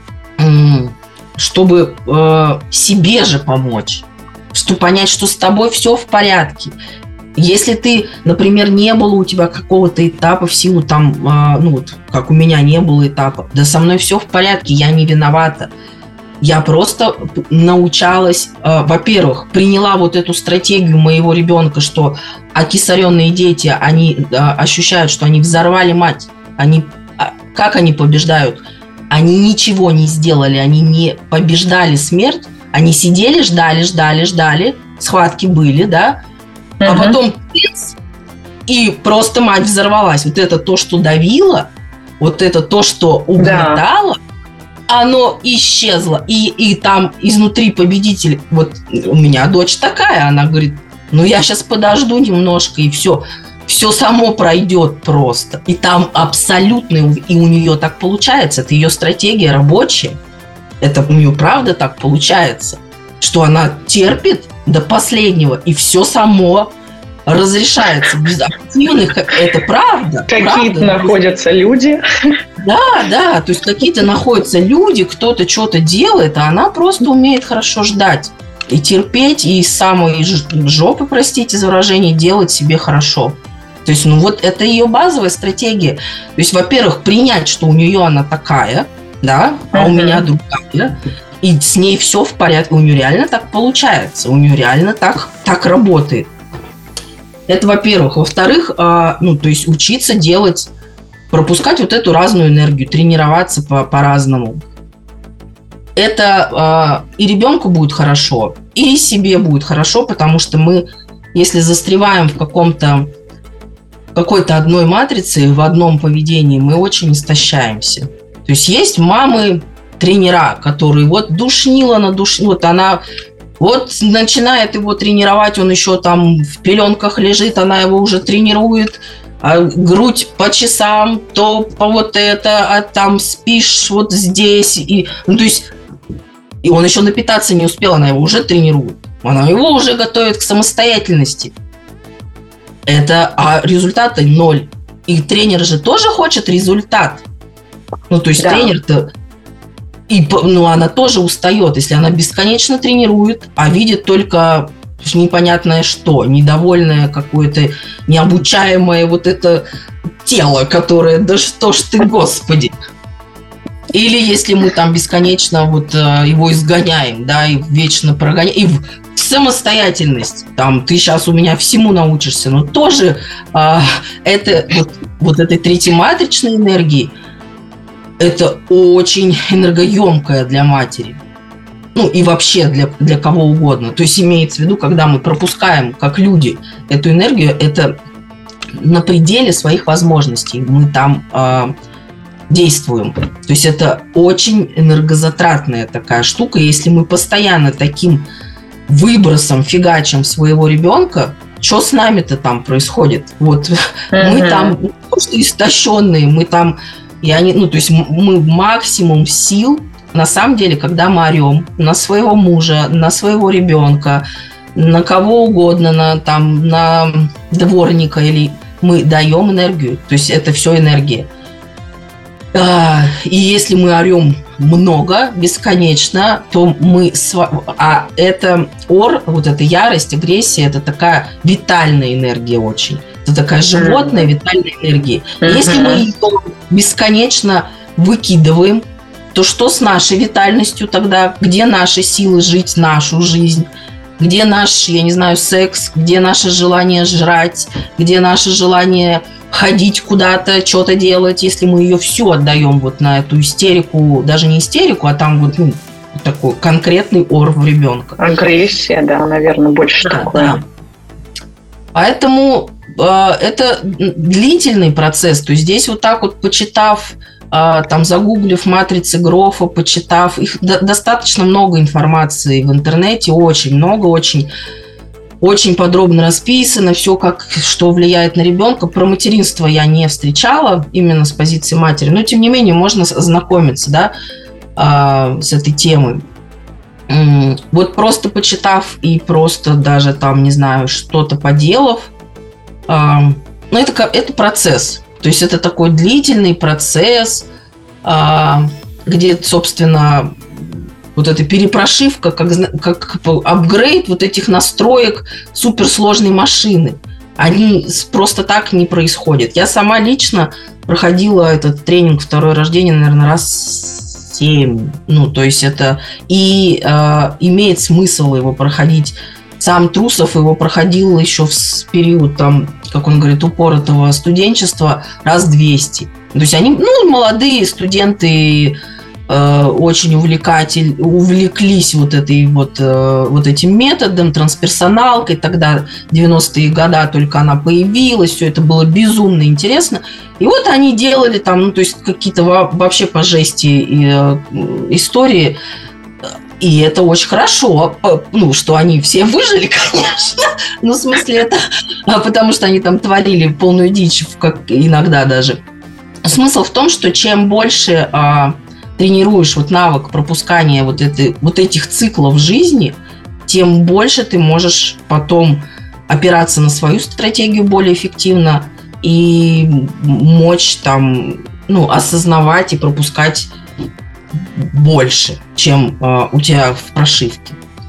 чтобы себе же помочь, чтобы понять, что с тобой все в порядке. Если ты, например, не было у тебя какого-то этапа в силу как у меня не было этапа, да со мной все в порядке, я не виновата. Я просто научалась, во-первых, приняла вот эту стратегию моего ребенка, что окисаренные дети, они ощущают, что они взорвали мать. Как они побеждают? Они ничего не сделали, они не побеждали смерть, они сидели, ждали, схватки были, да, а потом и просто мать взорвалась. Вот это то, что давило, вот это то, что угнетало, оно исчезло. И там изнутри победитель. Вот у меня дочь такая, она говорит: я сейчас подожду немножко, и все само пройдет просто. И там абсолютно, и у нее так получается. Это ее стратегия рабочая. Это у нее правда так получается, что она терпит до последнего, и все само разрешается. Без активных, это правда. Какие-то находятся люди. Да, то есть какие-то находятся люди, кто-то что-то делает, а она просто умеет хорошо ждать и терпеть, и из самой жопы, простите за выражение, делать себе хорошо. То есть, вот это ее базовая стратегия. То есть, во-первых, принять, что у нее она такая, да, а у меня другая, и с ней все в порядке, у нее реально так получается, у нее реально так работает. Это, во-первых. Во-вторых, то есть учиться делать, пропускать вот эту разную энергию, тренироваться по-разному. Это и ребенку будет хорошо, и себе будет хорошо, потому что мы, если застреваем в какой-то одной матрице, в одном поведении, мы очень истощаемся. То есть есть мамы-тренера, которые душнила, она начинает его тренировать, он еще там в пеленках лежит, она его уже тренирует, грудь по часам, то по а там спишь здесь. То есть, и он еще напитаться не успел, она его уже тренирует, она его уже готовит к самостоятельности. А результата 0. И тренер же тоже хочет результат. То есть тренер-то... она тоже устает, если она бесконечно тренирует, а видит только непонятное что, недовольное какое-то, необучаемое это тело, которое, да что ж ты, Господи. Или если мы там бесконечно его изгоняем, да, и вечно прогоняем, и в самостоятельность, там, ты сейчас у меня всему научишься, но тоже это этой ну и вообще для кого угодно. То есть имеется в виду, когда мы пропускаем, как люди, эту энергию, это на пределе своих возможностей. Мы там действуем. То есть это очень энергозатратная такая штука. Если мы постоянно таким выбросом фигачим своего ребенка, что с нами-то там происходит? Вот мы там просто истощенные, мы там, то есть мы максимум сил, на самом деле, когда мы орем на своего мужа, на своего ребенка, на кого угодно, на дворника, или мы даем энергию, то есть это все энергия. И если мы орем много, бесконечно, то это вот эта ярость, агрессия, это такая витальная энергия очень. Это такая животная витальная энергия. Если мы ее бесконечно выкидываем, то что с нашей витальностью тогда? Где наши силы жить нашу жизнь? Где наш, я не знаю, секс? Где наше желание жрать? Где наше желание ходить куда-то, что-то делать, если мы ее всю отдаем вот на эту истерику, даже не истерику, а там вот такой конкретный ор в ребенка. Агрессия, да, наверное, больше такое. Да. Поэтому это длительный процесс. То есть здесь вот так вот, почитав, там загуглив матрицы Грофа, почитав, их достаточно много информации в интернете, очень много, очень подробно расписано, все, что влияет на ребенка. Про материнство я не встречала именно с позиции матери, но тем не менее можно ознакомиться, да, с этой темой. Вот просто почитав и просто даже там, не знаю, что-то поделав, это процесс. То есть это такой длительный процесс, где, собственно, вот эта перепрошивка, как апгрейд вот этих настроек суперсложной машины. Они просто так не происходят. Я сама лично проходила этот тренинг «Второе рождение», наверное, раз 7. То есть это... И имеет смысл его проходить. Сам Трусов его проходил еще в период, там, как он говорит, упоротого студенчества раз 200. То есть они, молодые студенты... очень увлеклись вот этим методом, трансперсоналкой. Тогда 90-е годы только она появилась, все это было безумно интересно. И вот они делали там, то есть какие-то вообще по жести истории. И это очень хорошо, что они все выжили, конечно. В смысле это, потому что они там творили полную дичь, как иногда даже. Смысл в том, что чем больше тренируешь навык пропускания вот этих циклов жизни, тем больше ты можешь потом опираться на свою стратегию более эффективно и мочь там, осознавать и пропускать больше, чем у тебя в прошивке.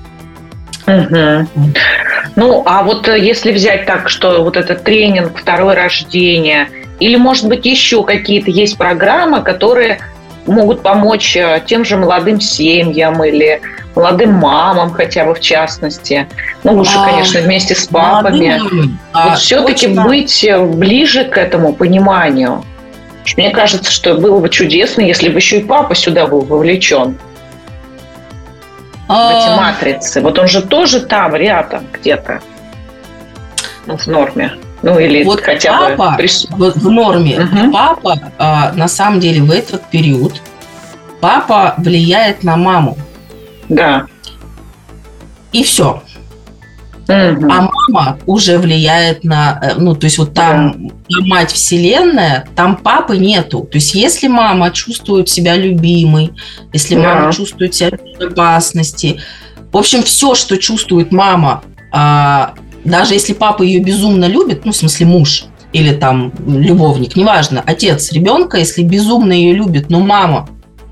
А вот если взять так, что вот этот тренинг «Второе рождение», или, может быть, еще какие-то есть программы, которые могут помочь тем же молодым семьям или молодым мамам хотя бы в частности. Лучше, конечно, вместе с папами. Вот все-таки быть ближе к этому пониманию. Мне кажется, что было бы чудесно, если бы еще и папа сюда был вовлечен. В эти матрицы. Вот он же тоже там, рядом где-то. В норме. Или вот хотя папа бы в норме. Папа, на самом деле, в этот период папа влияет на маму. Да. И все. А мама уже влияет на... то есть вот там мать вселенная, там папы нету. То есть если мама чувствует себя любимой, если мама чувствует себя в безопасности, в общем, все, что чувствует мама, даже если папа ее безумно любит, в смысле муж или там любовник, неважно, отец ребенка, если безумно ее любит, но мама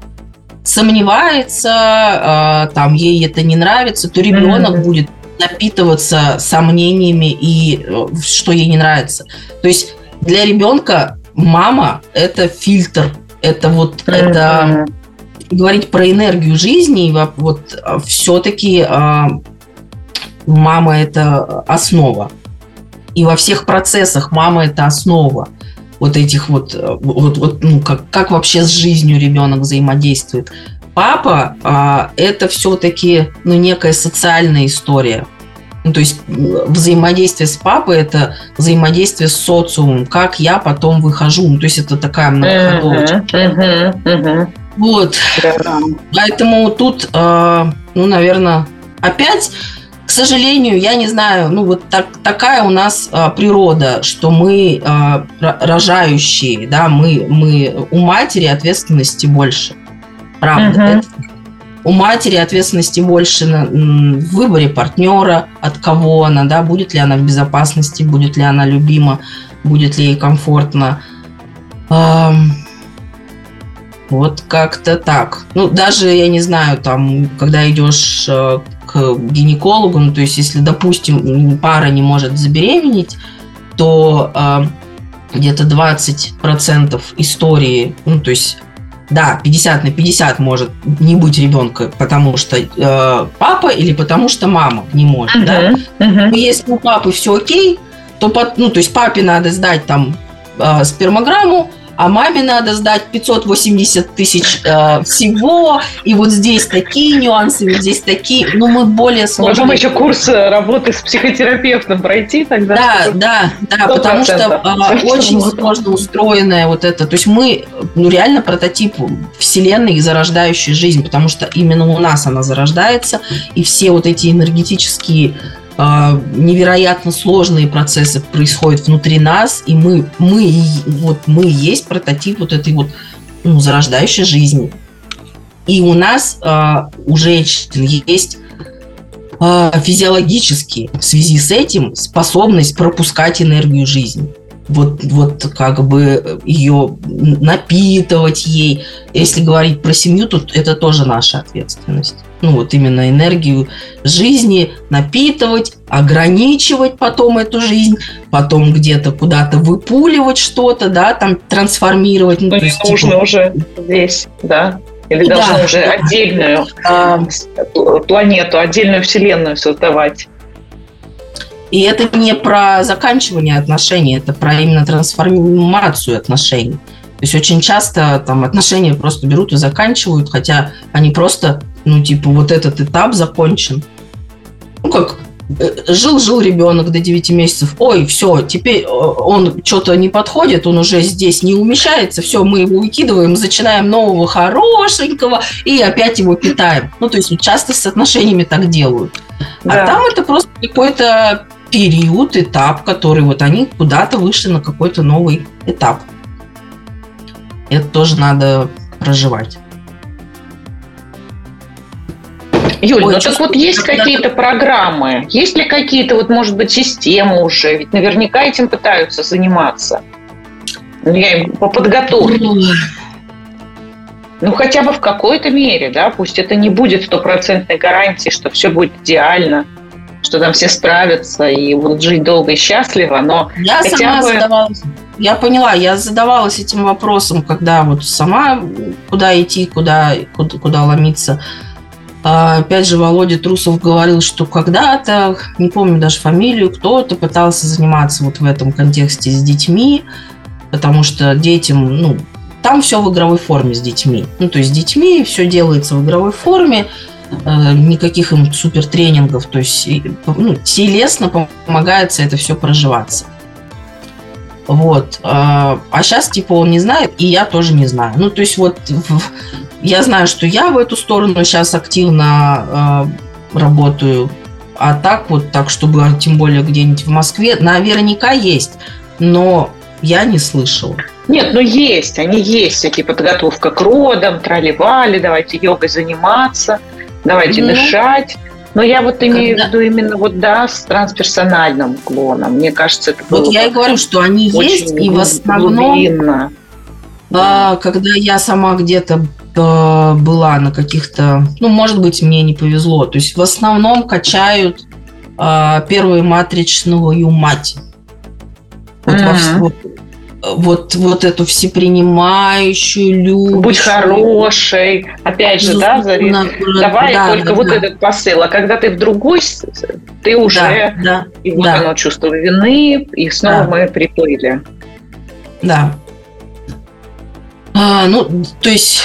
сомневается, там ей это не нравится, то ребенок будет напитываться сомнениями и что ей не нравится. То есть для ребенка мама – это фильтр, это это говорить про энергию жизни, все-таки мама – это основа. И во всех процессах мама – это основа вот этих как вообще с жизнью ребенок взаимодействует. Папа это все-таки некая социальная история. То есть взаимодействие с папой – это взаимодействие с социумом, как я потом выхожу. То есть это такая многоходовочка. Вот. Поэтому тут, наверное, опять, к сожалению, я не знаю, вот такая у нас природа, что мы рожающие, да, мы у матери ответственности больше. Правда. У матери ответственности больше в выборе партнера, от кого она, да, будет ли она в безопасности, будет ли она любима, будет ли ей комфортно. Вот как-то так. Даже, я не знаю, там, когда идешь к гинекологу, то есть, если, допустим, пара не может забеременеть, то где-то 20% истории, то есть, да, 50 на 50 может не быть ребенка, потому что папа или потому что мама не может, да? Но если у папы все окей, то, то есть папе надо сдать там спермограмму, а маме надо сдать 580 тысяч всего, и вот здесь такие нюансы, вот здесь такие, мы более сложные. Потом еще курс работы с психотерапевтом пройти тогда. Да, потому что очень сложно устроенная вот это, то есть мы реально прототип вселенной, зарождающей жизнь, потому что именно у нас она зарождается, и все вот эти энергетические невероятно сложные процессы происходят внутри нас, и мы есть прототип вот этой вот зарождающей жизни. И у нас, у женщин, есть физиологически в связи с этим способность пропускать энергию жизни. Вот как бы ее напитывать ей. Если говорить про семью, то это тоже наша ответственность. Именно энергию жизни напитывать, ограничивать потом эту жизнь, потом где-то куда-то выпуливать что-то, да, там трансформировать. То есть, нужно уже здесь, да? Или должны уже отдельную планету, отдельную вселенную создавать. И это не про заканчивание отношений, это про именно трансформацию отношений. То есть очень часто там отношения просто берут и заканчивают, хотя они просто, вот этот этап закончен. Как жил ребенок до 9 месяцев, ой, все, теперь он что-то не подходит, он уже здесь не умещается, все, мы его выкидываем, начинаем нового хорошенького и опять его питаем. То есть часто с отношениями так делают. Да. А там это просто какой-то период, этап, который они куда-то вышли на какой-то новый этап. Это тоже надо проживать. Юль, так вот есть какие-то программы, есть ли какие-то, может быть, системы уже? Ведь наверняка этим пытаются заниматься. По подготовке. Хотя бы в какой-то мере, да, пусть это не будет 100% гарантии, что все будет идеально, что там все справятся и будут жить долго и счастливо, но я сама задавалась. Я поняла, я задавалась этим вопросом, когда сама куда идти, куда ломиться. Опять же, Володя Трусов говорил, что когда-то, не помню даже фамилию, кто-то пытался заниматься в этом контексте с детьми, потому что детям, там все в игровой форме с детьми. То есть с детьми все делается в игровой форме, никаких им супер тренингов, то есть телесно помогается это все проживаться. Вот. А сейчас, он не знает, и я тоже не знаю. То есть я знаю, что я в эту сторону сейчас активно работаю, а так чтобы, тем более где-нибудь в Москве, наверняка есть, но я не слышала. Нет, есть, они есть, всякие подготовка к родам, трали-вали, давайте йогой заниматься, давайте дышать. Но я имею в виду именно с трансперсональным уклоном. Мне кажется, это было я и говорю, что они есть, и в основном, когда я сама где-то была на каких-то, может быть, мне не повезло, то есть в основном качают первую матричную мать. Вот эту всепринимающую, любящую. Будь хорошей. Опять же, давай только этот посыл. А когда ты в другой, ты уже... И оно чувство вины, и снова мы приплыли. Да. То есть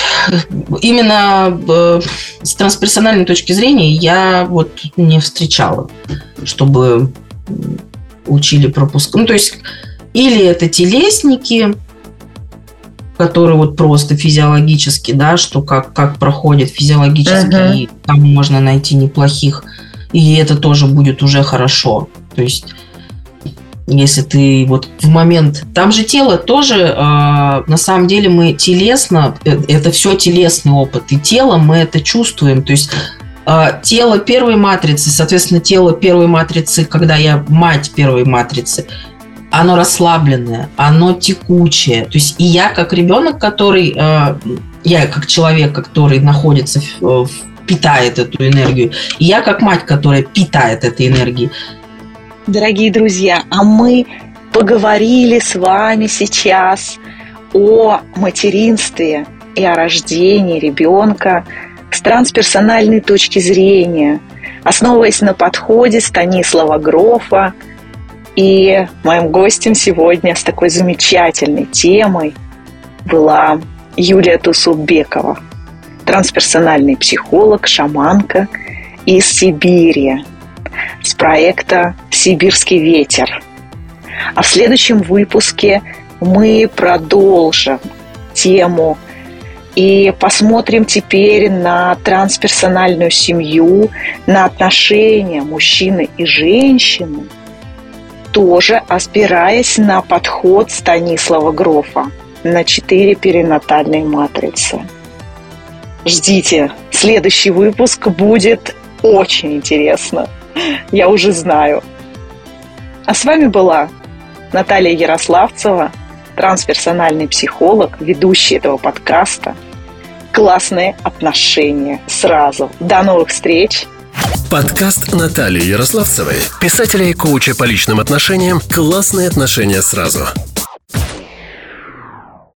именно с трансперсональной точки зрения я вот не встречала, чтобы учили пропуск. То есть или это телесники, которые вот просто физиологически, да, что как проходит физиологически, и там можно найти неплохих, и это тоже будет уже хорошо. То есть если ты вот в момент... Там же тело тоже, на самом деле мы телесно, это все телесный опыт, и тело мы это чувствуем. То есть тело первой матрицы, соответственно, тело первой матрицы, когда я мать первой матрицы, оно расслабленное, оно текучее. То есть и я как ребенок, который... Я как человек, который находится, питает эту энергию, и я как мать, которая питает этой энергией. Дорогие друзья, а мы поговорили с вами сейчас о материнстве и о рождении ребенка с трансперсональной точки зрения, основываясь на подходе Станислава Грофа. И моим гостем сегодня с такой замечательной темой была Юлия Тусубекова, трансперсональный психолог, шаманка из Сибири, с проекта «Сибирский ветер». А в следующем выпуске мы продолжим тему и посмотрим теперь на трансперсональную семью, на отношения мужчины и женщины, тоже опираясь на подход Станислава Грофа, на 4 перинатальные матрицы. Ждите, следующий выпуск будет очень интересно. Я уже знаю. А с вами была Наталья Ярославцева, трансперсональный психолог, ведущий этого подкаста. Классные отношения сразу. До новых встреч! Подкаст Натальи Ярославцевой, писателя и коуча по личным отношениям «Классные отношения сразу».